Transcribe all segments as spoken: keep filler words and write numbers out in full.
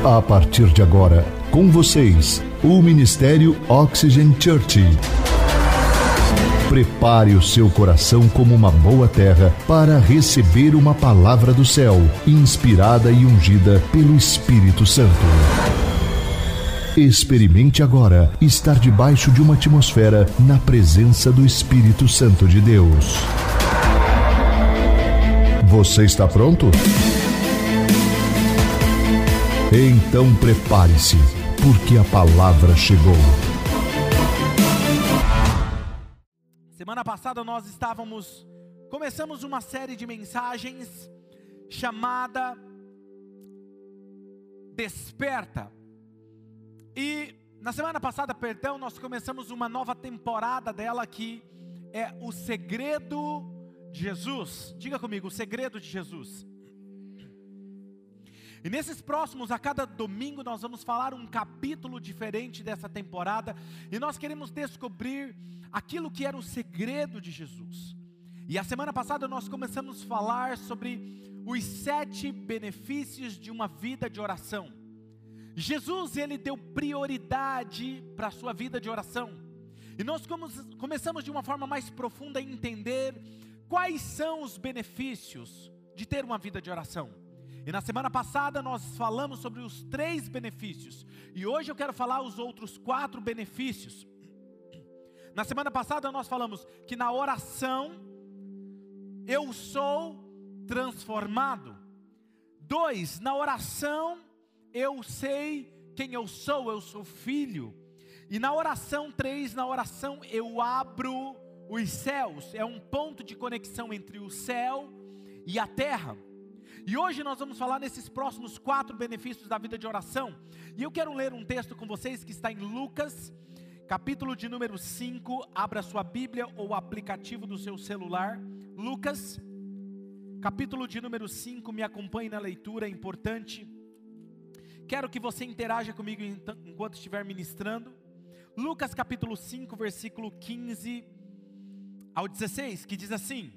A partir de agora, com vocês, o Ministério Oxygen Church. Prepare o seu coração como uma boa terra para receber uma palavra do céu, inspirada e ungida pelo Espírito Santo. Experimente agora estar debaixo de uma atmosfera na presença do Espírito Santo de Deus. Você está pronto? Então prepare-se, porque a palavra chegou. Semana passada nós estávamos, começamos uma série de mensagens chamada Desperta. E na semana passada, perdão, nós começamos uma nova temporada dela que é o Segredo de Jesus. Diga comigo, o Segredo de Jesus. E nesses próximos, a cada domingo, nós vamos falar um capítulo diferente dessa temporada. E nós queremos descobrir aquilo que era o segredo de Jesus. E a semana passada nós começamos a falar sobre os sete benefícios de uma vida de oração. Jesus, ele deu prioridade para a sua vida de oração. E nós começamos de uma forma mais profunda a entender quais são os benefícios de ter uma vida de oração. E na semana passada nós falamos sobre os três benefícios. E hoje eu quero falar os outros quatro benefícios. Na semana passada nós falamos que na oração eu sou transformado. Dois, na oração eu sei quem eu sou, eu sou filho. E na oração três, na oração eu abro os céus. É um ponto de conexão entre o céu e a terra. E hoje nós vamos falar nesses próximos quatro benefícios da vida de oração. E eu quero ler um texto com vocês que está em Lucas, capítulo de número cinco. Abra sua Bíblia ou o aplicativo do seu celular. Lucas, capítulo de número cinco, me acompanhe na leitura, é importante. Quero que você interaja comigo enquanto estiver ministrando. Lucas capítulo cinco, versículo quinze ao dezesseis, que diz assim: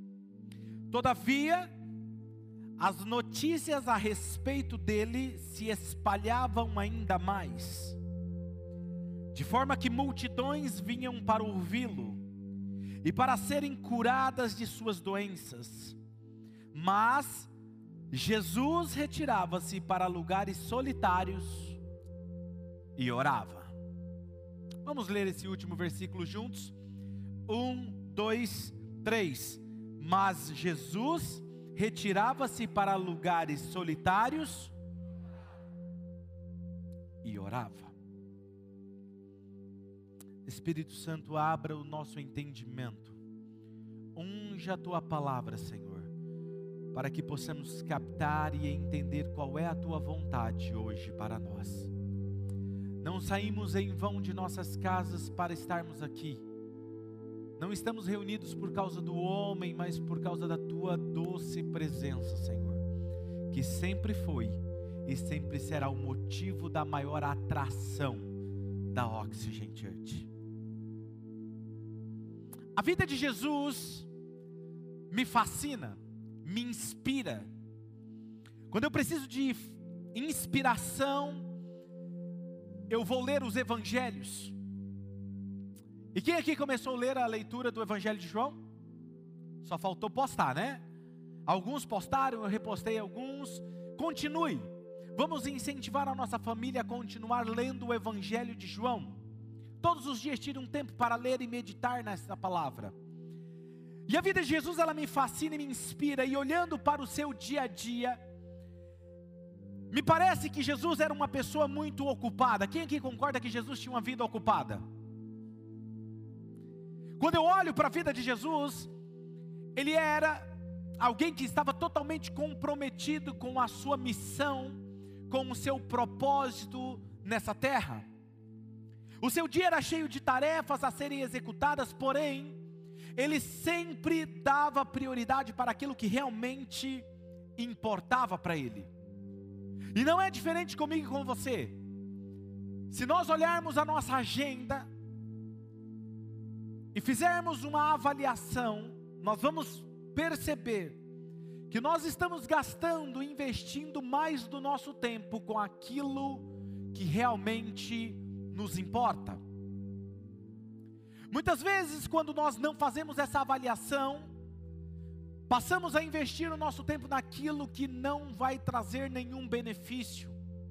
Todavia, as notícias a respeito dele se espalhavam ainda mais, de forma que multidões vinham para ouvi-lo e para serem curadas de suas doenças. Mas Jesus retirava-se para lugares solitários e orava. Vamos ler esse último versículo juntos? Um, dois, três. Mas Jesus retirava-se para lugares solitários e orava. Espírito Santo, abra o nosso entendimento. Unja a tua palavra, Senhor, para que possamos captar e entender qual é a tua vontade hoje para nós. Não saímos em vão de nossas casas para estarmos aqui. Não estamos reunidos por causa do homem, mas por causa da tua doce presença, Senhor, que sempre foi e sempre será o motivo da maior atração da Oxygen Church. A vida de Jesus me fascina, me inspira. Quando eu preciso de inspiração, eu vou ler os evangelhos. E quem aqui começou a ler a leitura do Evangelho de João? Só faltou postar, né? Alguns postaram, eu repostei alguns. Continue. Vamos incentivar a nossa família a continuar lendo o Evangelho de João. Todos os dias tire um tempo para ler e meditar nessa palavra. E a vida de Jesus, ela me fascina e me inspira. E olhando para o seu dia a dia, me parece que Jesus era uma pessoa muito ocupada. Quem aqui concorda que Jesus tinha uma vida ocupada? Quando eu olho para a vida de Jesus, ele era alguém que estava totalmente comprometido com a sua missão, com o seu propósito nessa terra. O seu dia era cheio de tarefas a serem executadas, porém, ele sempre dava prioridade para aquilo que realmente importava para ele. E não é diferente comigo e com você. Se nós olharmos a nossa agenda e fizermos uma avaliação, nós vamos perceber que nós estamos gastando, investindo mais do nosso tempo com aquilo que realmente nos importa. Muitas vezes, quando nós não fazemos essa avaliação, passamos a investir o nosso tempo naquilo que não vai trazer nenhum benefício.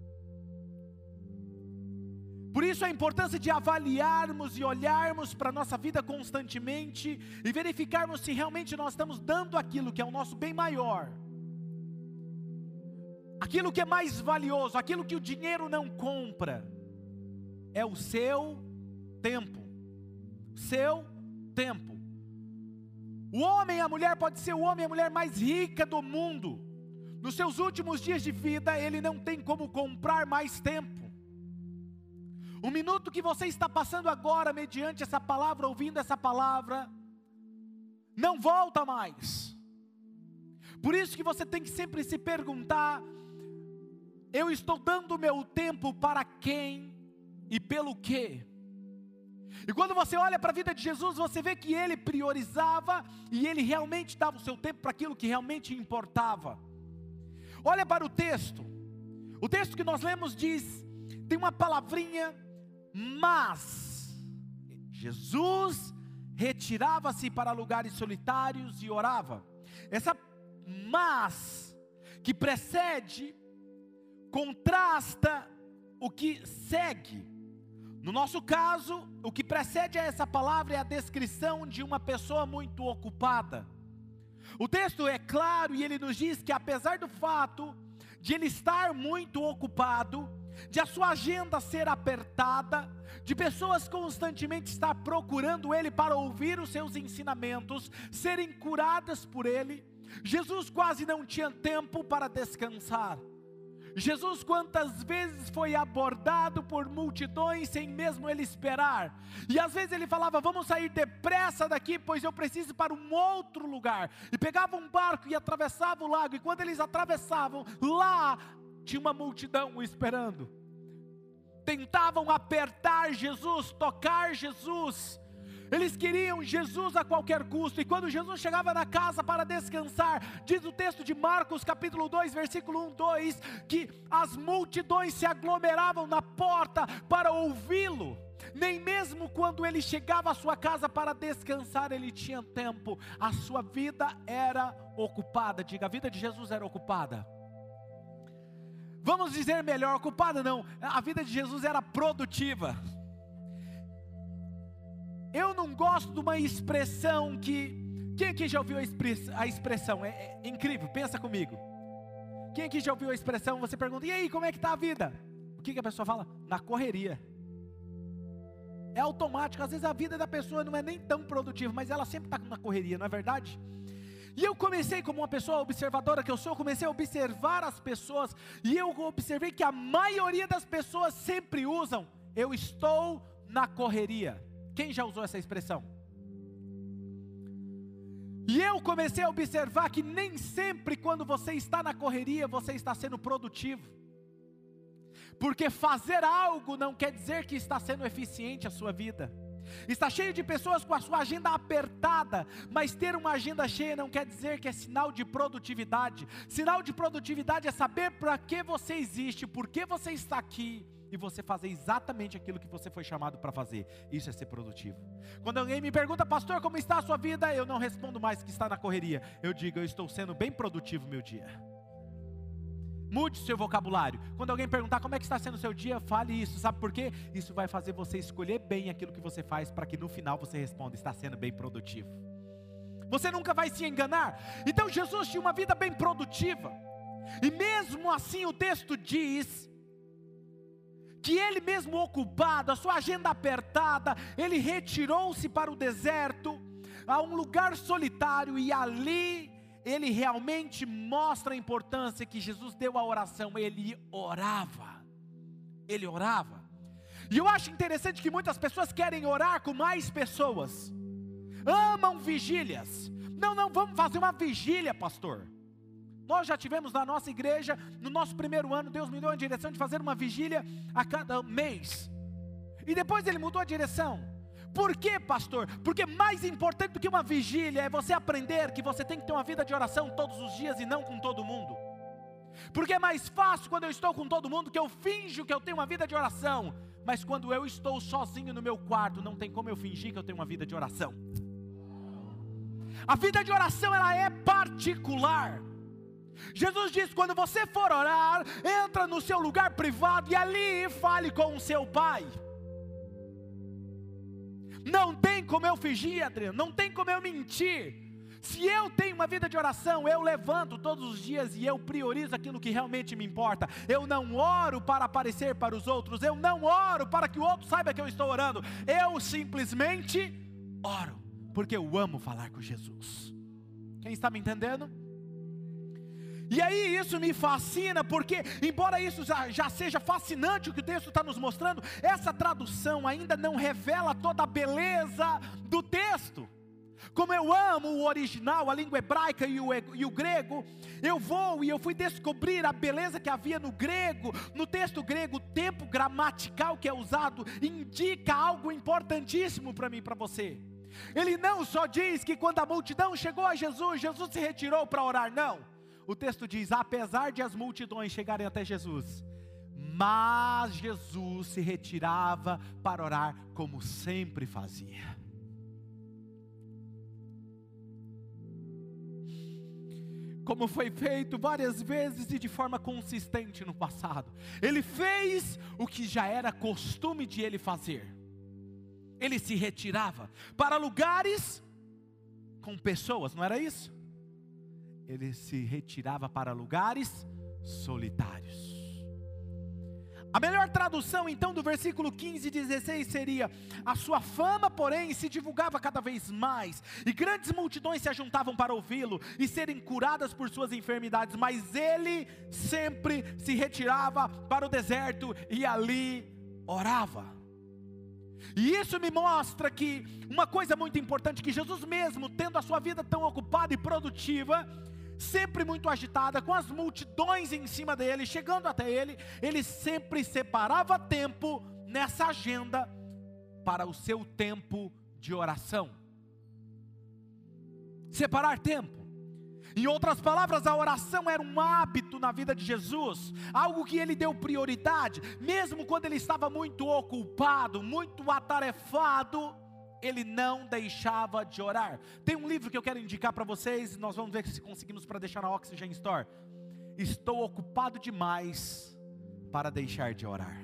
Por isso a importância de avaliarmos e olharmos para a nossa vida constantemente e verificarmos se realmente nós estamos dando aquilo que é o nosso bem maior, aquilo que é mais valioso, aquilo que o dinheiro não compra, é o seu tempo. Seu tempo. O homem e a mulher pode ser o homem e a mulher mais rica do mundo. Nos seus últimos dias de vida, ele não tem como comprar mais tempo. O minuto que você está passando agora, mediante essa palavra, ouvindo essa palavra, não volta mais. Por isso que você tem que sempre se perguntar: eu estou dando o meu tempo para quem e pelo quê? E quando você olha para a vida de Jesus, você vê que ele priorizava e ele realmente dava o seu tempo para aquilo que realmente importava. Olha para o texto. O texto que nós lemos diz, tem uma palavrinha, mas. Jesus retirava-se para lugares solitários e orava. Essa mas, que precede, contrasta o que segue. No nosso caso, o que precede a essa palavra é a descrição de uma pessoa muito ocupada. O texto é claro e ele nos diz que apesar do fato de ele estar muito ocupado, de a sua agenda ser apertada, de pessoas constantemente estar procurando ele para ouvir os seus ensinamentos, serem curadas por ele, Jesus quase não tinha tempo para descansar. Jesus quantas vezes foi abordado por multidões sem mesmo ele esperar, e às vezes ele falava: vamos sair depressa daqui, pois eu preciso ir para um outro lugar, e pegava um barco e atravessava o lago, e quando eles atravessavam, lá tinha uma multidão o esperando, tentavam apertar Jesus, tocar Jesus, eles queriam Jesus a qualquer custo. E quando Jesus chegava na casa para descansar, diz o texto de Marcos capítulo dois, versículo um, dois, que as multidões se aglomeravam na porta para ouvi-lo. Nem mesmo quando ele chegava à sua casa para descansar, ele tinha tempo. A sua vida era ocupada. Diga, a vida de Jesus era ocupada. Vamos dizer melhor, ocupada não, a vida de Jesus era produtiva. Eu não gosto de uma expressão que... Quem aqui já ouviu a expressão? A expressão? É, é incrível, pensa comigo. Quem aqui já ouviu a expressão? Você pergunta: e aí, como é que está a vida? O que, que a pessoa fala? Na correria. É automático. Às vezes a vida da pessoa não é nem tão produtiva, mas ela sempre está na correria, não é verdade? E eu comecei, como uma pessoa observadora que eu sou, comecei a observar as pessoas, e eu observei que a maioria das pessoas sempre usam: eu estou na correria. Quem já usou essa expressão? E eu comecei a observar que nem sempre quando você está na correria, você está sendo produtivo. Porque fazer algo não quer dizer que está sendo eficiente a sua vida. Está cheio de pessoas com a sua agenda apertada, mas ter uma agenda cheia não quer dizer que é sinal de produtividade. Sinal de produtividade é saber para que você existe, por que você está aqui, e você fazer exatamente aquilo que você foi chamado para fazer. Isso é ser produtivo. Quando alguém me pergunta: pastor, como está a sua vida? Eu não respondo mais que está na correria. Eu digo: eu estou sendo bem produtivo meu dia. Mude o seu vocabulário. Quando alguém perguntar como é que está sendo o seu dia, fale isso. Sabe por quê? Isso vai fazer você escolher bem aquilo que você faz, para que no final você responda: está sendo bem produtivo. Você nunca vai se enganar. Então Jesus tinha uma vida bem produtiva. E mesmo assim o texto diz que ele mesmo ocupado, a sua agenda apertada, ele retirou-se para o deserto, a um lugar solitário, e ali ele realmente mostra a importância que Jesus deu à oração. Ele orava, ele orava. E eu acho interessante que muitas pessoas querem orar com mais pessoas, amam vigílias. Não, não, vamos fazer uma vigília, pastor. Nós já tivemos na nossa igreja, no nosso primeiro ano, Deus me deu a direção de fazer uma vigília a cada mês. E depois ele mudou a direção, Por quê, pastor? Porque mais importante do que uma vigília é você aprender que você tem que ter uma vida de oração todos os dias e não com todo mundo. Porque é mais fácil quando eu estou com todo mundo, que eu finjo que eu tenho uma vida de oração, mas quando eu estou sozinho no meu quarto, não tem como eu fingir que eu tenho uma vida de oração. A vida de oração, ela é particular. Jesus diz: quando você for orar, entra no seu lugar privado e ali fale com o seu pai. Não tem como eu fingir, Adriano, não tem como eu mentir. Se eu tenho uma vida de oração, eu levanto todos os dias e eu priorizo aquilo que realmente me importa. Eu não oro para aparecer para os outros, eu não oro para que o outro saiba que eu estou orando. Eu simplesmente oro, porque eu amo falar com Jesus. Quem está me entendendo? E aí isso me fascina, porque embora isso já, já seja fascinante o que o texto está nos mostrando, essa tradução ainda não revela toda a beleza do texto. Como eu amo o original, a língua hebraica e o, e o grego, eu vou e eu fui descobrir a beleza que havia no grego. No texto grego, o tempo gramatical que é usado indica algo importantíssimo para mim e para você. Ele não só diz que quando a multidão chegou a Jesus, Jesus se retirou para orar, não. O texto diz: apesar de as multidões chegarem até Jesus, mas Jesus se retirava para orar como sempre fazia. Como foi feito várias vezes e de forma consistente no passado. Ele fez o que já era costume de ele fazer. Ele se retirava para lugares com pessoas, não era isso? Ele se retirava para lugares solitários. A melhor tradução então do versículo quinze e dezesseis seria: a sua fama, porém, se divulgava cada vez mais, e grandes multidões se ajuntavam para ouvi-lo e serem curadas por suas enfermidades, mas ele sempre se retirava para o deserto e ali orava. E isso me mostra que uma coisa muito importante, que Jesus mesmo, tendo a sua vida tão ocupada e produtiva, sempre muito agitada, com as multidões em cima dele, chegando até ele, ele sempre separava tempo nessa agenda para o seu tempo de oração. Separar tempo. Em outras palavras, a oração era um hábito na vida de Jesus, algo que ele deu prioridade, mesmo quando ele estava muito ocupado, muito atarefado, ele não deixava de orar. Tem um livro que eu quero indicar para vocês, nós vamos ver se conseguimos para deixar na Oxygen Store. Estou ocupado demais para deixar de orar.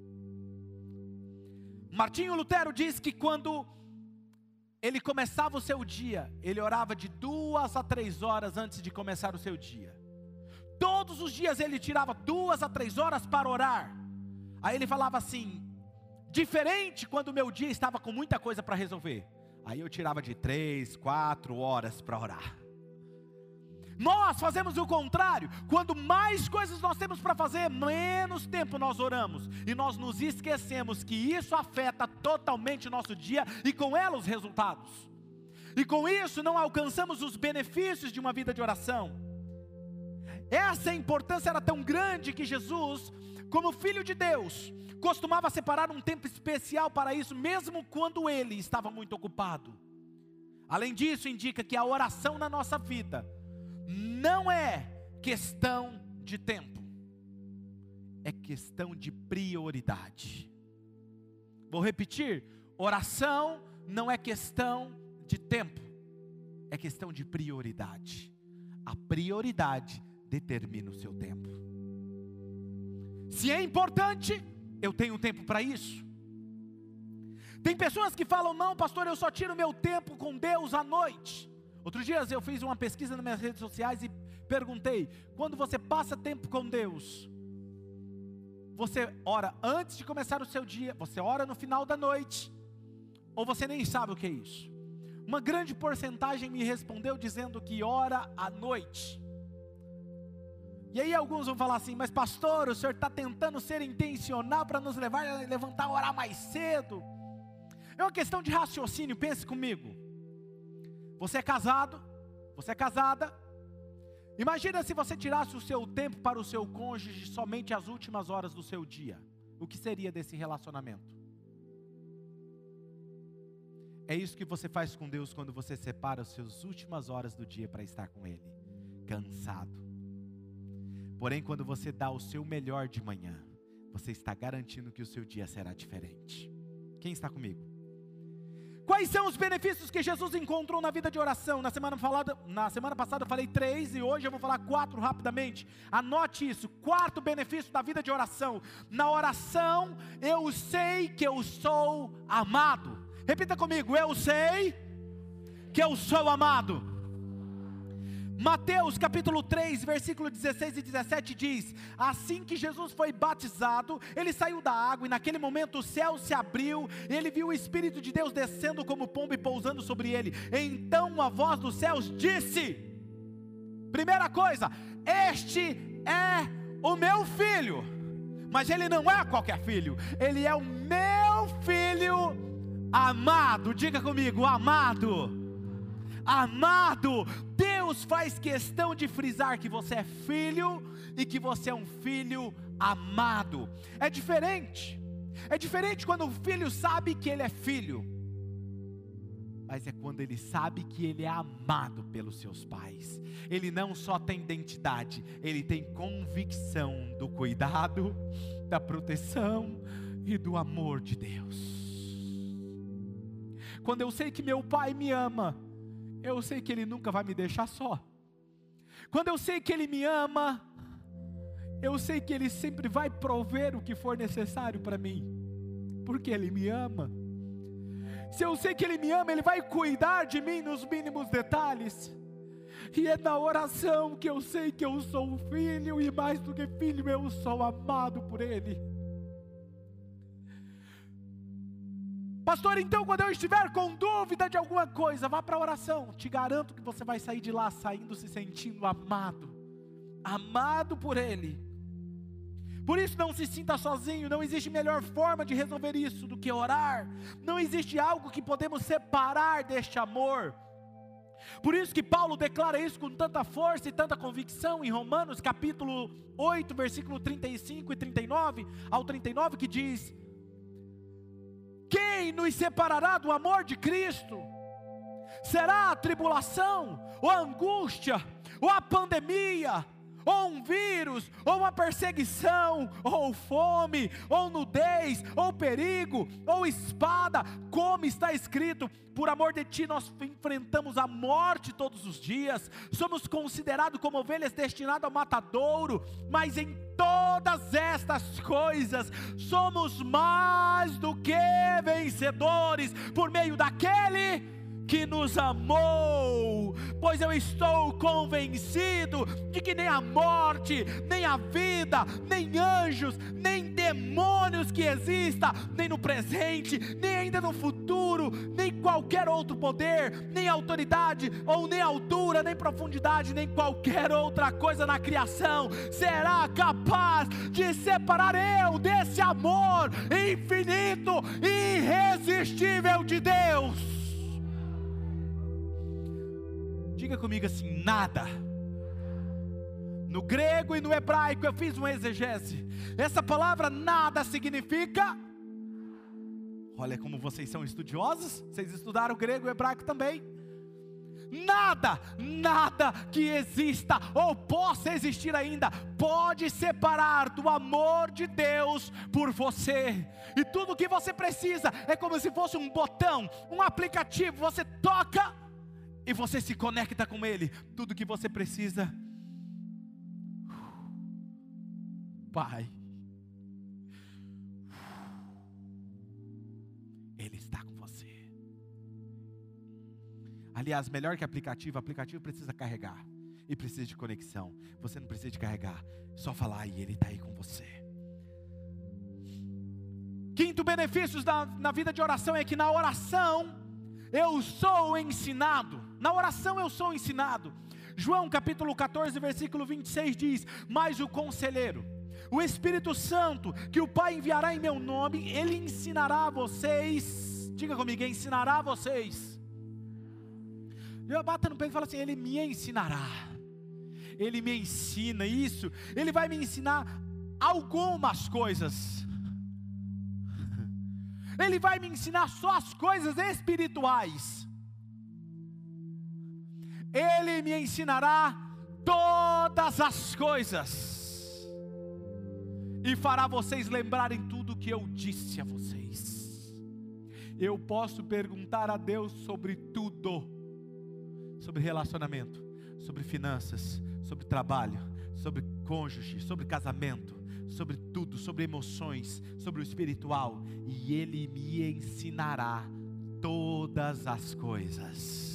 Martinho Lutero diz que quando ele começava o seu dia, ele orava de duas a três horas antes de começar o seu dia. Todos os dias ele tirava duas a três horas para orar. Aí ele falava assim: diferente quando o meu dia estava com muita coisa para resolver. Aí eu tirava de três, quatro horas para orar. Nós fazemos o contrário. Quando mais coisas nós temos para fazer, menos tempo nós oramos. E nós nos esquecemos que isso afeta totalmente o nosso dia e com ela os resultados. E com isso não alcançamos os benefícios de uma vida de oração. Essa importância era tão grande que Jesus, como Filho de Deus, costumava separar um tempo especial para isso, mesmo quando ele estava muito ocupado. Além disso, indica que a oração na nossa vida não é questão de tempo, é questão de prioridade. Vou repetir: oração não é questão de tempo, é questão de prioridade. A prioridade determina o seu tempo. Se é importante, eu tenho tempo para isso. Tem pessoas que falam: não, pastor, eu só tiro meu tempo com Deus à noite. Outros dias eu fiz uma pesquisa nas minhas redes sociais e perguntei: quando você passa tempo com Deus, você ora antes de começar o seu dia, você ora no final da noite, ou você nem sabe o que é isso? Uma grande porcentagem me respondeu dizendo que ora à noite. E aí alguns vão falar assim: mas pastor, o senhor está tentando ser intencional para nos levar a levantar a orar mais cedo. É uma questão de raciocínio, pense comigo. Você é casado, você é casada. Imagina se você tirasse o seu tempo para o seu cônjuge somente as últimas horas do seu dia. O que seria desse relacionamento? É isso que você faz com Deus quando você separa as suas últimas horas do dia para estar com Ele, cansado. Porém, quando você dá o seu melhor de manhã, você está garantindo que o seu dia será diferente. Quem está comigo? Quais são os benefícios que Jesus encontrou na vida de oração? Na semana, falada, na semana passada eu falei três e hoje eu vou falar quatro rapidamente. Anote isso, quarto benefício da vida de oração. Na oração eu sei que eu sou amado. Repita comigo, eu sei que eu sou amado. Mateus capítulo três, versículo dezesseis e dezessete diz: assim que Jesus foi batizado, ele saiu da água e naquele momento o céu se abriu, ele viu o Espírito de Deus descendo como pomba e pousando sobre ele. Então a voz dos céus disse, primeira coisa, este é o meu filho. Mas ele não é qualquer filho, ele é o meu filho amado. Diga comigo, amado. Amado. Deus faz questão de frisar que você é filho e que você é um filho amado. É diferente. É diferente quando o filho sabe que ele é filho, mas é quando ele sabe que ele é amado pelos seus pais. Ele não só tem identidade, ele tem convicção do cuidado, da proteção e do amor de Deus. Quando eu sei que meu pai me ama, eu sei que Ele nunca vai me deixar só. Quando eu sei que Ele me ama, eu sei que Ele sempre vai prover o que for necessário para mim, porque Ele me ama. Se eu sei que Ele me ama, Ele vai cuidar de mim nos mínimos detalhes. E é na oração que eu sei que eu sou um filho, e mais do que filho, eu sou amado por Ele. Pastor, então quando eu estiver com dúvida de alguma coisa, vá para a oração. Te garanto que você vai sair de lá saindo se sentindo amado. Amado por Ele. Por isso não se sinta sozinho. Não existe melhor forma de resolver isso do que orar. Não existe algo que podemos separar deste amor. Por isso que Paulo declara isso com tanta força e tanta convicção em Romanos capítulo oito, versículo trinta e cinco e trinta e nove ao trinta e nove, que diz: quem nos separará do amor de Cristo? Será a tribulação, ou a angústia, ou a pandemia, ou um vírus, ou uma perseguição, ou fome, ou nudez, ou perigo, ou espada? Como está escrito, por amor de ti nós enfrentamos a morte todos os dias, somos considerados como ovelhas destinadas ao matadouro, mas em todas estas coisas somos mais do que vencedores, por meio daquele que nos amou. Pois eu estou convencido de que nem a morte, nem a vida, nem anjos, nem demônios que exista, nem no presente, nem ainda no futuro, nem qualquer outro poder, nem autoridade, ou nem altura, nem profundidade, nem qualquer outra coisa na criação será capaz de separar eu desse amor infinito e irresistível de Deus. Diga comigo assim, nada. No grego e no hebraico eu fiz uma exegese. Essa palavra nada significa, olha como vocês são estudiosos, vocês estudaram o grego e o hebraico também. Nada, nada que exista ou possa existir ainda pode separar do amor de Deus por você. E tudo o que você precisa é como se fosse um botão, um aplicativo, você toca e você se conecta com Ele. Tudo que você precisa, Pai, Ele está com você. Aliás, melhor que aplicativo, aplicativo precisa carregar e precisa de conexão. Você não precisa de carregar, só falar e Ele está aí com você. Quinto benefício na, na vida de oração é que na oração eu sou ensinado. Na oração eu sou ensinado. João capítulo quatorze, versículo vinte e seis diz: mas o conselheiro, o Espírito Santo, que o Pai enviará em meu nome, Ele ensinará a vocês. Diga comigo, ensinará a vocês. Eu bato no peito e falo assim, Ele me ensinará. Ele me ensina isso. Ele vai me ensinar algumas coisas. Ele vai me ensinar só as coisas espirituais. Ele me ensinará todas as coisas, e fará vocês lembrarem tudo o que eu disse a vocês. Eu posso perguntar a Deus sobre tudo, sobre relacionamento, sobre finanças, sobre trabalho, sobre cônjuge, sobre casamento, sobre tudo, sobre emoções, sobre o espiritual, e Ele me ensinará todas as coisas.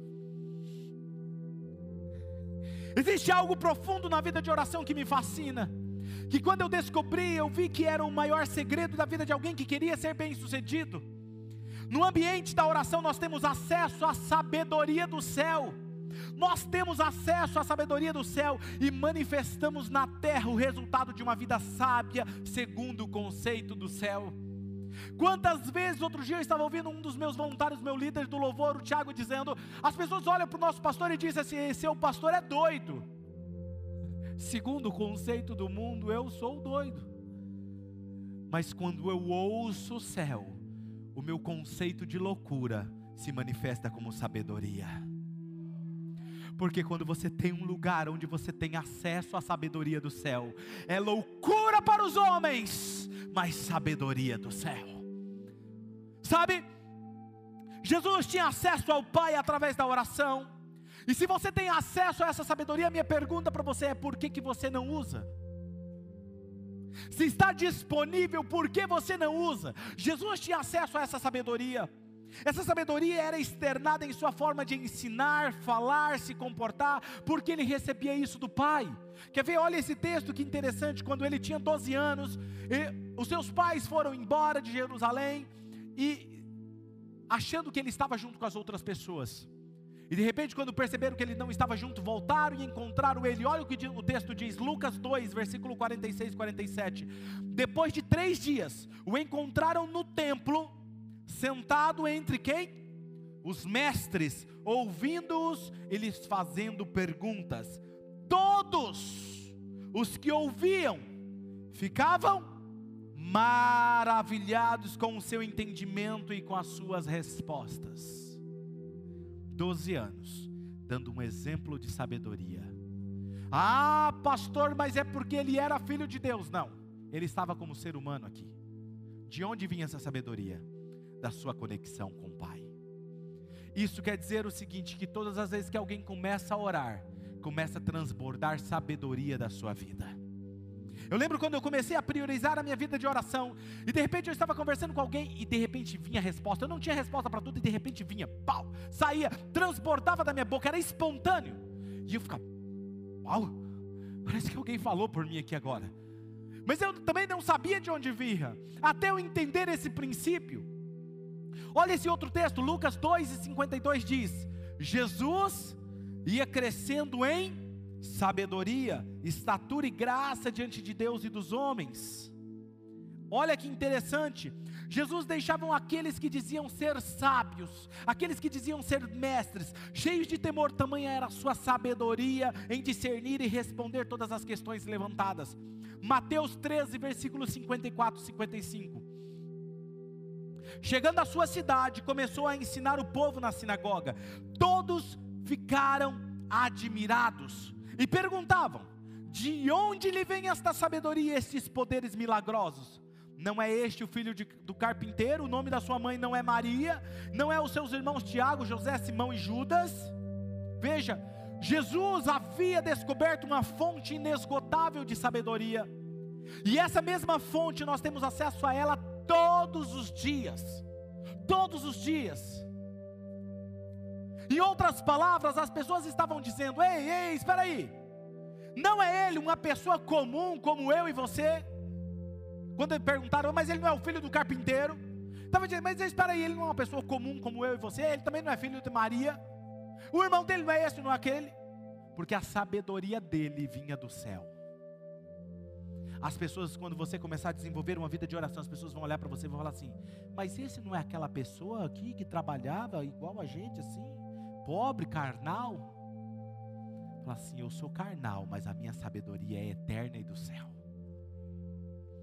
Existe algo profundo na vida de oração que me fascina, que quando eu descobri, eu vi que era o maior segredo da vida de alguém que queria ser bem sucedido. No ambiente da oração nós temos acesso à sabedoria do céu, nós temos acesso à sabedoria do céu, e manifestamos na terra o resultado de uma vida sábia, segundo o conceito do céu. Quantas vezes, outro dia eu estava ouvindo um dos meus voluntários, meu líder do louvor, o Tiago, dizendo: as pessoas olham para o nosso pastor e dizem assim, seu pastor é doido. Segundo o conceito do mundo, eu sou doido. Mas quando eu ouço o céu, o meu conceito de loucura se manifesta como sabedoria. Porque quando você tem um lugar onde você tem acesso à sabedoria do céu, é loucura para os homens, mas sabedoria do céu. Sabe, Jesus tinha acesso ao Pai através da oração. E se você tem acesso a essa sabedoria, minha pergunta para você é: por que que você não usa? Se está disponível, por que você não usa? Jesus tinha acesso a essa sabedoria. Essa sabedoria era externada em sua forma de ensinar, falar, se comportar, porque ele recebia isso do Pai. Quer ver? Olha esse texto que interessante. Quando ele tinha doze anos, os seus pais foram embora de Jerusalém, e achando que ele estava junto com as outras pessoas, e de repente, quando perceberam que ele não estava junto, voltaram e encontraram ele. Olha o que o texto diz, Lucas dois, versículo quarenta e seis e quarenta e sete. Depois de três dias, o encontraram no templo, sentado entre quem? Os mestres, ouvindo-os e lhes fazendo perguntas. Todos os que ouviam ficavam maravilhados com o seu entendimento e com as suas respostas. Doze anos, dando um exemplo de sabedoria. Ah, pastor, mas é porque ele era filho de Deus. Não, ele estava como ser humano aqui. De onde vinha essa sabedoria? Da sua conexão com o Pai. Isso quer dizer o seguinte, que todas as vezes que alguém começa a orar, começa a transbordar sabedoria da sua vida. Eu lembro quando eu comecei a priorizar a minha vida de oração, e de repente eu estava conversando com alguém, e de repente vinha a resposta. Eu não tinha resposta para tudo, e de repente vinha, pau, saía, transbordava da minha boca, era espontâneo, e eu ficava, uau, parece que alguém falou por mim aqui agora. Mas eu também não sabia de onde vinha, até eu entender esse princípio. Olha esse outro texto, Lucas dois e cinquenta e dois diz: Jesus ia crescendo em sabedoria, estatura e graça diante de Deus e dos homens. Olha que interessante, Jesus deixava aqueles que diziam ser sábios, aqueles que diziam ser mestres, cheios de temor, tamanha era a sua sabedoria em discernir e responder todas as questões levantadas. Mateus treze, versículos cinquenta e quatro e cinquenta e cinco. Chegando à sua cidade, começou a ensinar o povo na sinagoga. Todos ficaram admirados e perguntavam: de onde lhe vem esta sabedoria e estes poderes milagrosos? Não é este o filho de, do carpinteiro? O nome da sua mãe não é Maria? Não é os seus irmãos Tiago, José, Simão e Judas? Veja, Jesus havia descoberto uma fonte inesgotável de sabedoria, e essa mesma fonte nós temos acesso a ela todos os dias, todos os dias. Em outras palavras, as pessoas estavam dizendo: ei, ei, espera aí, não é ele uma pessoa comum como eu e você? Quando perguntaram: mas ele não é o filho do carpinteiro? Estava dizendo: mas espera aí, ele não é uma pessoa comum como eu e você? Ele também não é filho de Maria? O irmão dele não é esse, não é aquele? Porque a sabedoria dele vinha do céu. As pessoas, quando você começar a desenvolver uma vida de oração, as pessoas vão olhar para você e vão falar assim: mas esse não é aquela pessoa aqui que trabalhava igual a gente assim, pobre, carnal? Fala assim: eu sou carnal, mas a minha sabedoria é eterna e do céu.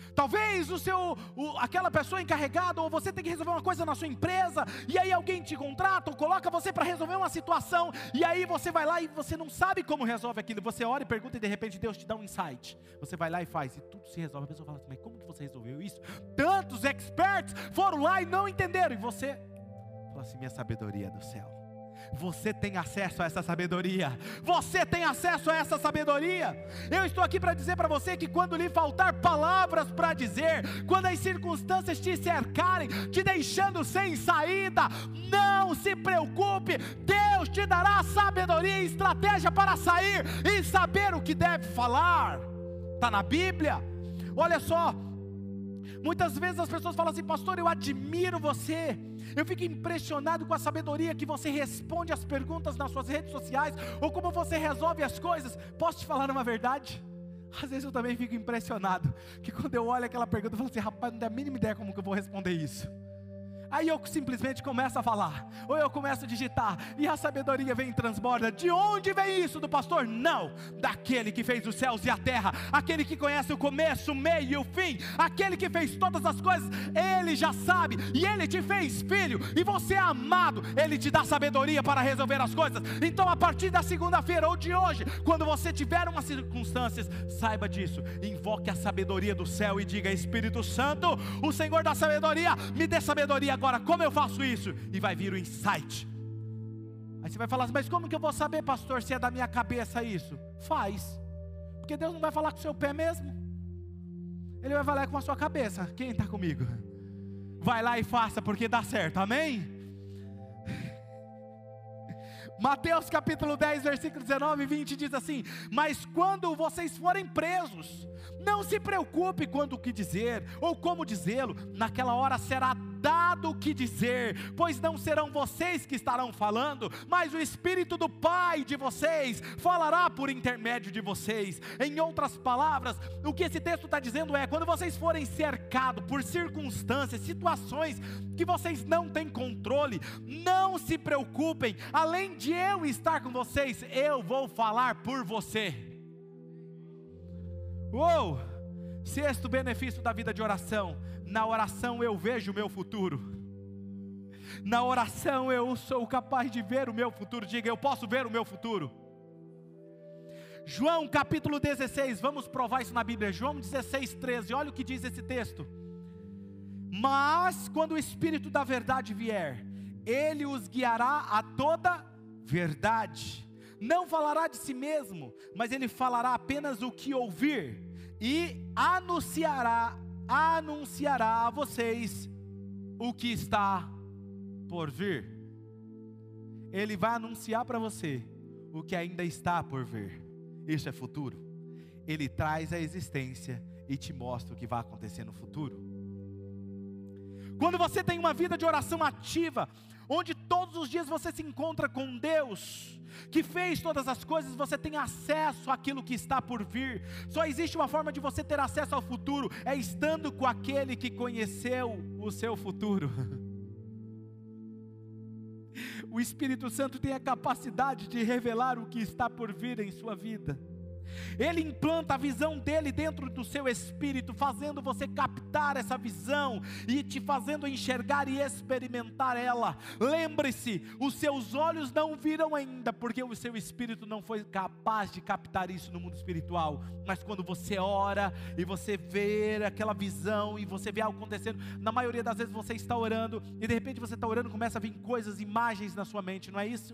Talvez o seu, o, aquela pessoa encarregada, ou você tem que resolver uma coisa na sua empresa, e aí alguém te contrata, ou coloca você para resolver uma situação, e aí você vai lá e você não sabe como resolve aquilo, você ora e pergunta e de repente Deus te dá um insight, você vai lá e faz, e tudo se resolve. A pessoa fala assim, mas como que você resolveu isso? Tantos experts foram lá e não entenderam, e você fala assim, minha sabedoria é do céu. Você tem acesso a essa sabedoria. Você tem acesso a essa sabedoria. Eu estou aqui para dizer para você que quando lhe faltar palavras para dizer, quando as circunstâncias te cercarem, te deixando sem saída, não se preocupe. Deus te dará sabedoria e estratégia para sair e saber o que deve falar. Está na Bíblia. Olha só, muitas vezes as pessoas falam assim, pastor, eu admiro você. Eu fico impressionado com a sabedoria que você responde as perguntas nas suas redes sociais, ou como você resolve as coisas. Posso te falar uma verdade? Às vezes eu também fico impressionado, que quando eu olho aquela pergunta, eu falo assim, rapaz, não tenho a mínima ideia como que eu vou responder isso. Aí eu simplesmente começo a falar, ou eu começo a digitar, e a sabedoria vem e transborda. De onde vem isso? Do pastor? Não, daquele que fez os céus e a terra, aquele que conhece o começo, o meio e o fim, aquele que fez todas as coisas. Ele já sabe, e ele te fez filho, e você é amado. Ele te dá sabedoria para resolver as coisas. Então a partir da segunda-feira ou de hoje, quando você tiver umas circunstâncias, saiba disso, invoque a sabedoria do céu e diga, Espírito Santo, o Senhor da sabedoria, me dê sabedoria. Agora, como eu faço isso? E vai vir o insight. Aí você vai falar assim, mas como que eu vou saber, pastor, se é da minha cabeça isso? Faz. Porque Deus não vai falar com o seu pé mesmo. Ele vai falar com a sua cabeça. Quem está comigo? Vai lá e faça, porque dá certo, amém? Mateus capítulo dez, versículo dezenove e vinte diz assim, mas quando vocês forem presos, não se preocupe quanto o que dizer, ou como dizê-lo, naquela hora será dado o que dizer, pois não serão vocês que estarão falando, mas o Espírito do Pai de vocês falará por intermédio de vocês. Em outras palavras, o que esse texto está dizendo é, quando vocês forem cercados por circunstâncias, situações que vocês não têm controle, não se preocupem, além de eu estar com vocês, eu vou falar por você. Uou! Sexto benefício da vida de oração, na oração eu vejo o meu futuro. Na oração eu sou capaz de ver o meu futuro. Diga, eu posso ver o meu futuro. João capítulo dezesseis, vamos provar isso na Bíblia. João dezesseis, treze, olha o que diz esse texto. Mas quando o Espírito da verdade vier, Ele os guiará a toda verdade. Não falará de si mesmo, mas Ele falará apenas o que ouvir, e anunciará, anunciará a vocês o que está por vir. Ele vai anunciar para você o que ainda está por vir. Isso é futuro. Ele traz a existência e te mostra o que vai acontecer no futuro. Quando você tem uma vida de oração ativa, onde todos os dias você se encontra com Deus, que fez todas as coisas, você tem acesso àquilo que está por vir. Só existe uma forma de você ter acesso ao futuro, é estando com aquele que conheceu o seu futuro. O Espírito Santo tem a capacidade de revelar o que está por vir em sua vida. Ele implanta a visão dele dentro do seu espírito, fazendo você captar essa visão e te fazendo enxergar e experimentar ela. Lembre-se, os seus olhos não viram ainda, porque o seu espírito não foi capaz de captar isso no mundo espiritual. Mas quando você ora e você vê aquela visão e você vê algo acontecendo, na maioria das vezes você está orando e de repente você está orando e começa a vir coisas, imagens na sua mente, não é isso?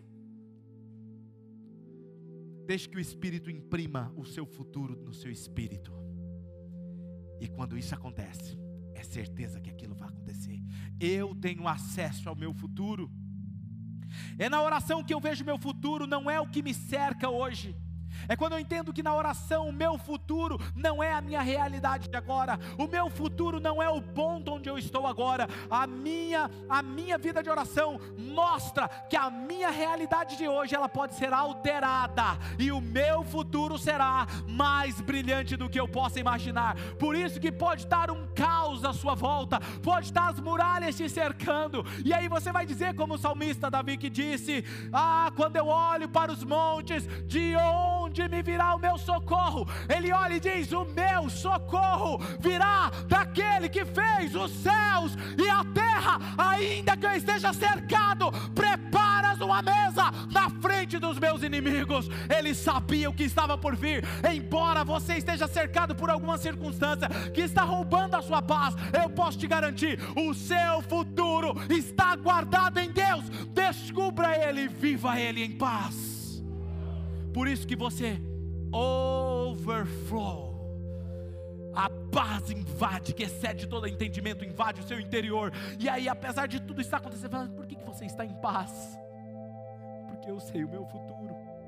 Deixe que o Espírito imprima o seu futuro no seu espírito. E quando isso acontece, é certeza que aquilo vai acontecer. Eu tenho acesso ao meu futuro. É na oração que eu vejo o meu futuro, não é o que me cerca hoje. É quando eu entendo que na oração o meu futuro não é a minha realidade de agora. O meu futuro não é o ponto onde eu estou agora. A minha, a minha vida de oração mostra que a minha realidade de hoje ela pode ser alterada. E o meu futuro será mais brilhante do que eu possa imaginar. Por isso que pode estar um caos à sua volta. Pode estar as muralhas te cercando. E aí você vai dizer como o salmista Davi que disse: ah, quando eu olho para os montes, de onde onde me virá o meu socorro? Ele olha e diz: o meu socorro virá daquele que fez os céus e a terra. Ainda que eu esteja cercado, preparas uma mesa na frente dos meus inimigos. Ele sabia o que estava por vir. Embora você esteja cercado por alguma circunstância que está roubando a sua paz, eu posso te garantir, o seu futuro está guardado em Deus. Descubra Ele, viva Ele em paz. Por isso que você overflow. A paz invade, que excede todo entendimento, invade o seu interior. E aí, apesar de tudo estar acontecendo, você fala: por que que você está em paz? Porque eu sei o meu futuro.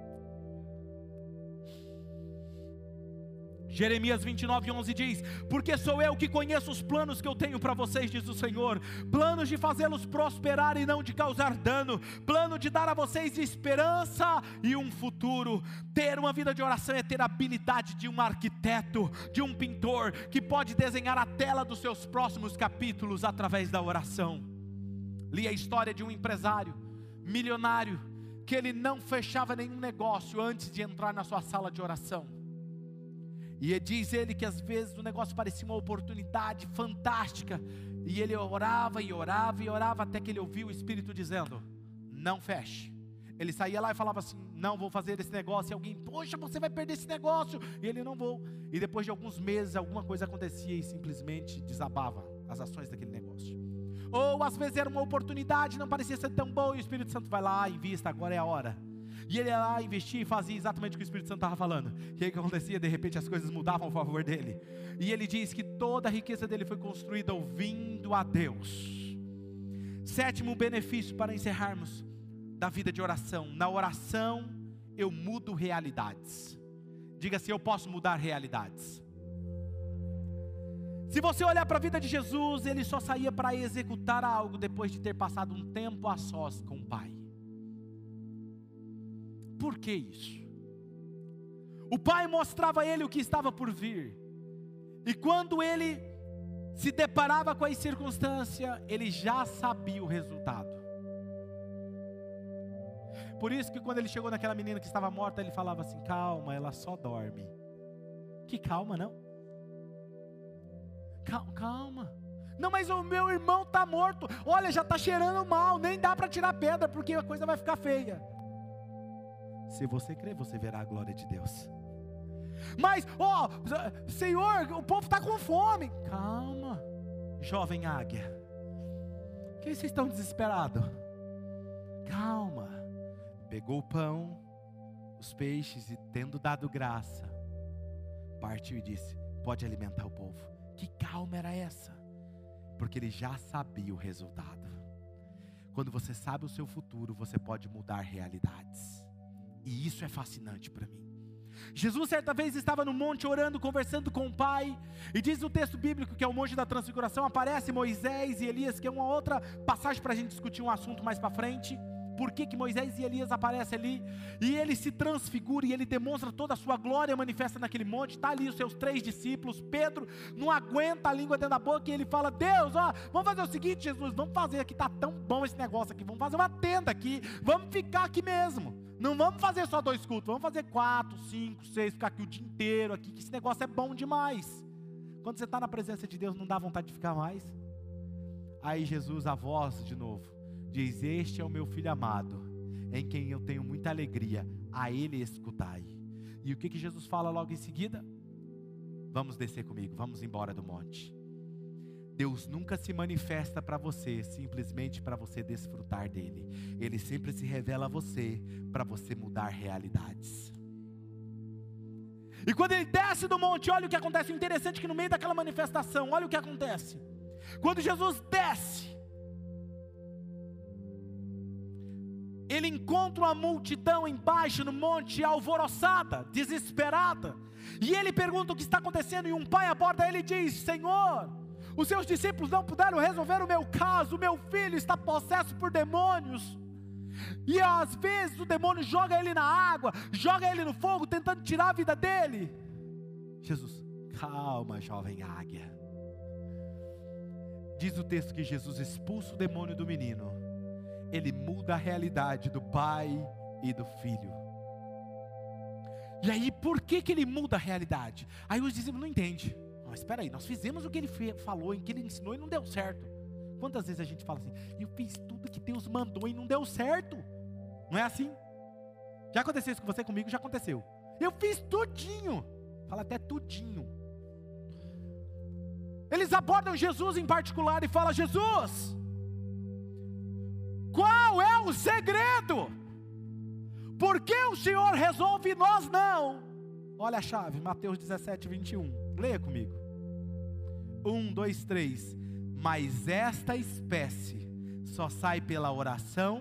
Jeremias vinte e nove, onze diz: porque sou eu que conheço os planos que eu tenho para vocês, diz o Senhor, planos de fazê-los prosperar e não de causar dano, plano de dar a vocês esperança e um futuro. Ter uma vida de oração é ter a habilidade de um arquiteto, de um pintor, que pode desenhar a tela dos seus próximos capítulos através da oração. Li a história de um empresário milionário, que ele não fechava nenhum negócio antes de entrar na sua sala de oração. E diz ele que às vezes o negócio parecia uma oportunidade fantástica, e ele orava e orava e orava, até que ele ouviu o Espírito dizendo: não feche. Ele saía lá e falava assim: não vou fazer esse negócio. E alguém: poxa, você vai perder esse negócio. E ele: não vou. E depois de alguns meses alguma coisa acontecia e simplesmente desabava as ações daquele negócio. Ou às vezes era uma oportunidade, não parecia ser tão boa, e o Espírito Santo vai lá, invista, agora é a hora. E ele ia lá, investia e fazia exatamente o que o Espírito Santo estava falando. E aí o que acontecia? De repente as coisas mudavam a favor dele. E ele diz que toda a riqueza dele foi construída ouvindo a Deus. Sétimo benefício para encerrarmos da vida de oração: na oração eu mudo realidades. Diga assim: eu posso mudar realidades. Se você olhar para a vida de Jesus, ele só saía para executar algo depois de ter passado um tempo a sós com o Pai. Por que isso? O Pai mostrava a ele o que estava por vir, e quando ele se deparava com a circunstância, ele já sabia o resultado. Por isso que quando ele chegou naquela menina que estava morta, ele falava assim: calma, ela só dorme. Que calma, não? Calma, calma. Não, mas o meu irmão está morto. Olha, já está cheirando mal, nem dá para tirar pedra, porque a coisa vai ficar feia. Se você crer, você verá a glória de Deus. Mas, ó, oh, Senhor, o povo está com fome. Calma, jovem águia. Por que vocês estão desesperados? Calma. Pegou o pão, os peixes, e tendo dado graça, partiu e disse: pode alimentar o povo. Que calma era essa? Porque ele já sabia o resultado. Quando você sabe o seu futuro, você pode mudar realidades. E isso é fascinante para mim. Jesus certa vez estava no monte orando, conversando com o Pai, e diz o texto bíblico que é o monte da transfiguração, aparece Moisés e Elias, que é uma outra passagem para a gente discutir um assunto mais para frente. Por que que Moisés e Elias aparecem ali? E ele se transfigura e ele demonstra toda a sua glória manifesta naquele monte. Está ali os seus três discípulos. Pedro não aguenta a língua dentro da boca e ele fala: Deus, ó, vamos fazer o seguinte, Jesus, vamos fazer aqui, está tão bom esse negócio aqui, vamos fazer uma tenda aqui, vamos ficar aqui mesmo. Não vamos fazer só dois cultos, vamos fazer quatro, cinco, seis, ficar aqui o dia inteiro aqui, que esse negócio é bom demais. Quando você está na presença de Deus, não dá vontade de ficar mais? Aí Jesus, a voz de novo, diz: este é o meu filho amado, em quem eu tenho muita alegria, a ele escutai. E o que que Jesus fala logo em seguida? Vamos descer comigo, vamos embora do monte. Deus nunca se manifesta para você simplesmente para você desfrutar dele. Ele sempre se revela a você para você mudar realidades. E quando ele desce do monte, olha o que acontece. O interessante é que no meio daquela manifestação, olha o que acontece. Quando Jesus desce, ele encontra uma multidão embaixo no monte, alvoroçada, desesperada. E ele pergunta o que está acontecendo, e um pai aborda ele e diz: Senhor, os seus discípulos não puderam resolver o meu caso, o meu filho está possesso por demônios. E às vezes o demônio joga ele na água, joga ele no fogo, tentando tirar a vida dele. Jesus: calma, jovem águia. Diz o texto que Jesus expulsa o demônio do menino. Ele muda a realidade do pai e do filho. E aí, por que que ele muda a realidade? Aí os discípulos não entendem. Mas espera aí, nós fizemos o que ele falou, o que ele ensinou e não deu certo. Quantas vezes a gente fala assim, eu fiz tudo que Deus mandou e não deu certo? Não é assim? Já aconteceu isso com você, comigo? Já aconteceu. Eu fiz tudinho. Fala até tudinho. Eles abordam Jesus em particular e falam, Jesus, qual é o segredo? Por que o Senhor resolve e nós não? Olha a chave, Mateus dezessete, vinte e um. Leia comigo. Um, dois, três. Mas esta espécie só sai pela oração.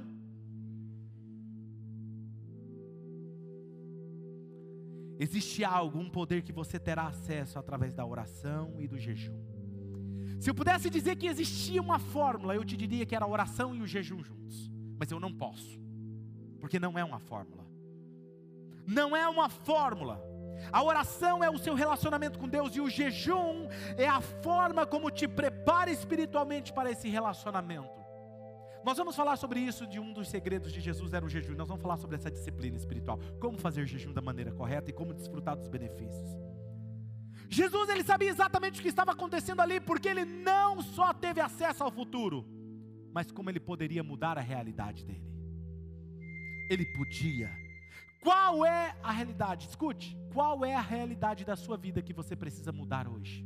Existe algo, um poder que você terá acesso através da oração e do jejum. Se eu pudesse dizer que existia uma fórmula, eu te diria que era a oração e o jejum juntos. Mas eu não posso, porque não é uma fórmula. Não é uma fórmula. A oração é o seu relacionamento com Deus e o jejum é a forma como te prepara espiritualmente para esse relacionamento. Nós vamos falar sobre isso, de um dos segredos de Jesus era o jejum. Nós vamos falar sobre essa disciplina espiritual, como fazer jejum da maneira correta e como desfrutar dos benefícios. Jesus, ele sabia exatamente o que estava acontecendo ali, porque ele não só teve acesso ao futuro, mas como ele poderia mudar a realidade dele. Ele podia. Qual é a realidade? Escute, qual é a realidade da sua vida que você precisa mudar hoje?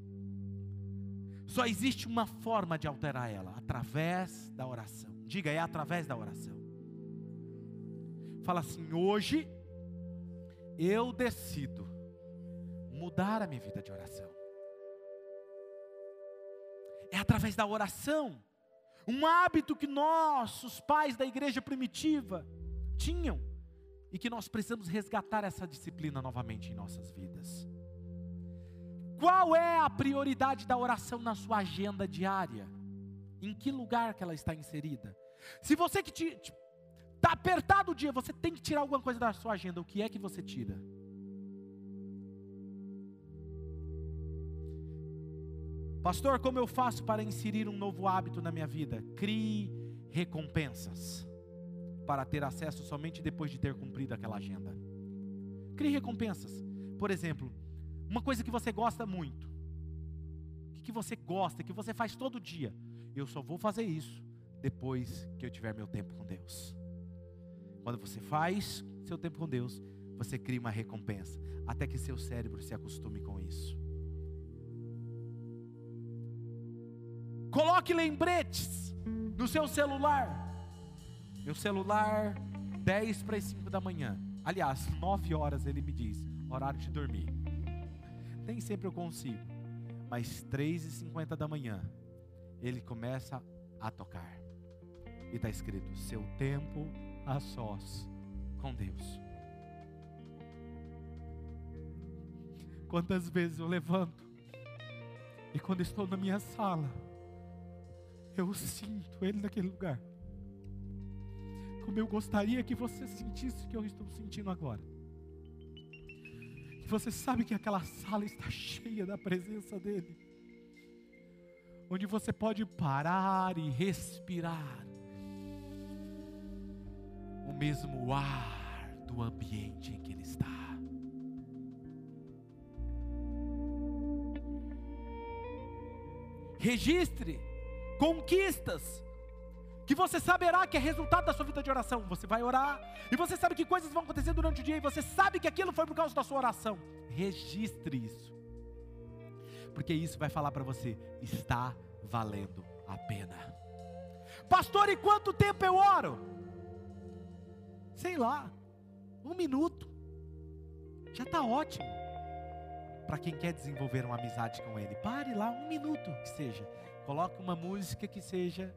Só existe uma forma de alterar ela, através da oração. Diga, é através da oração. Fala assim, hoje eu decido mudar a minha vida de oração. É através da oração. Um hábito que nossos pais da igreja primitiva tinham. E que nós precisamos resgatar essa disciplina novamente em nossas vidas. Qual é a prioridade da oração na sua agenda diária? Em que lugar que ela está inserida? Se você que está apertado o dia, você tem que tirar alguma coisa da sua agenda, o que é que você tira? Pastor, como eu faço para inserir um novo hábito na minha vida? Crie recompensas para ter acesso somente depois de ter cumprido aquela agenda. Crie recompensas. Por exemplo, uma coisa que você gosta muito, que você gosta, que você faz todo dia. Eu só vou fazer isso depois que eu tiver meu tempo com Deus. Quando você faz seu tempo com Deus, você cria uma recompensa, até que seu cérebro se acostume com isso. Coloque lembretes no seu celular. Meu celular, dez para as cinco da manhã. Aliás, nove horas ele me diz, horário de dormir. Nem sempre eu consigo, mas três e cinquenta da manhã, ele começa a tocar. E está escrito, seu tempo a sós com Deus. Quantas vezes eu levanto, e quando estou na minha sala, eu sinto ele naquele lugar. Como eu gostaria que você sentisse o que eu estou sentindo agora. Que você sabe que aquela sala está cheia da presença dele. Onde você pode parar e respirar o mesmo ar do ambiente em que ele está. Registre conquistas que você saberá que é resultado da sua vida de oração. Você vai orar, e você sabe que coisas vão acontecer durante o dia, e você sabe que aquilo foi por causa da sua oração. Registre isso, porque isso vai falar para você, está valendo a pena. Pastor, e quanto tempo eu oro? Sei lá, um minuto, já está ótimo. Para quem quer desenvolver uma amizade com ele, pare lá, um minuto que seja, coloque uma música que seja,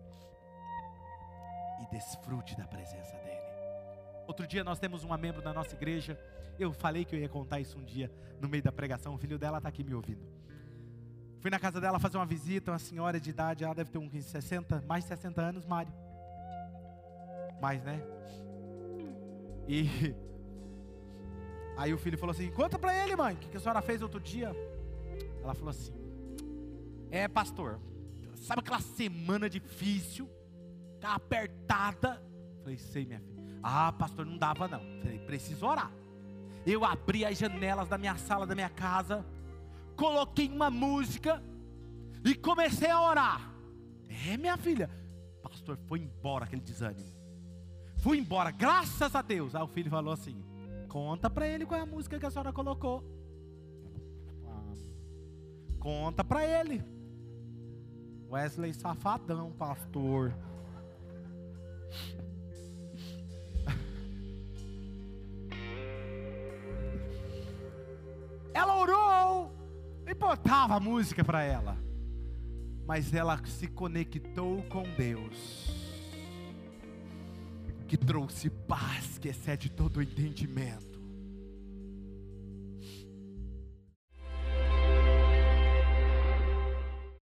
e desfrute da presença dele. Outro dia nós temos uma membro da nossa igreja. Eu falei que eu ia contar isso um dia no meio da pregação. O filho dela está aqui me ouvindo. Fui na casa dela fazer uma visita. Uma senhora de idade, ela deve ter uns sessenta, mais de sessenta anos, Mário. Mais, né? E aí o filho falou assim, conta pra ele, mãe, o que a senhora fez outro dia? Ela falou assim, é, pastor, sabe aquela semana difícil, tá apertada? Falei, sei, minha filha. Ah, pastor, não dava não. Falei, preciso orar. eu abri as janelas da minha sala, da minha casa, coloquei uma música e comecei a orar. É, minha filha, pastor, foi embora aquele desânimo. Fui embora, graças a Deus. Aí o filho falou assim: conta para ele qual é a música que a senhora colocou. Conta para ele. Wesley Safadão, pastor. Ela orou e botava a música para ela, mas ela se conectou com Deus, que trouxe paz que excede todo o entendimento.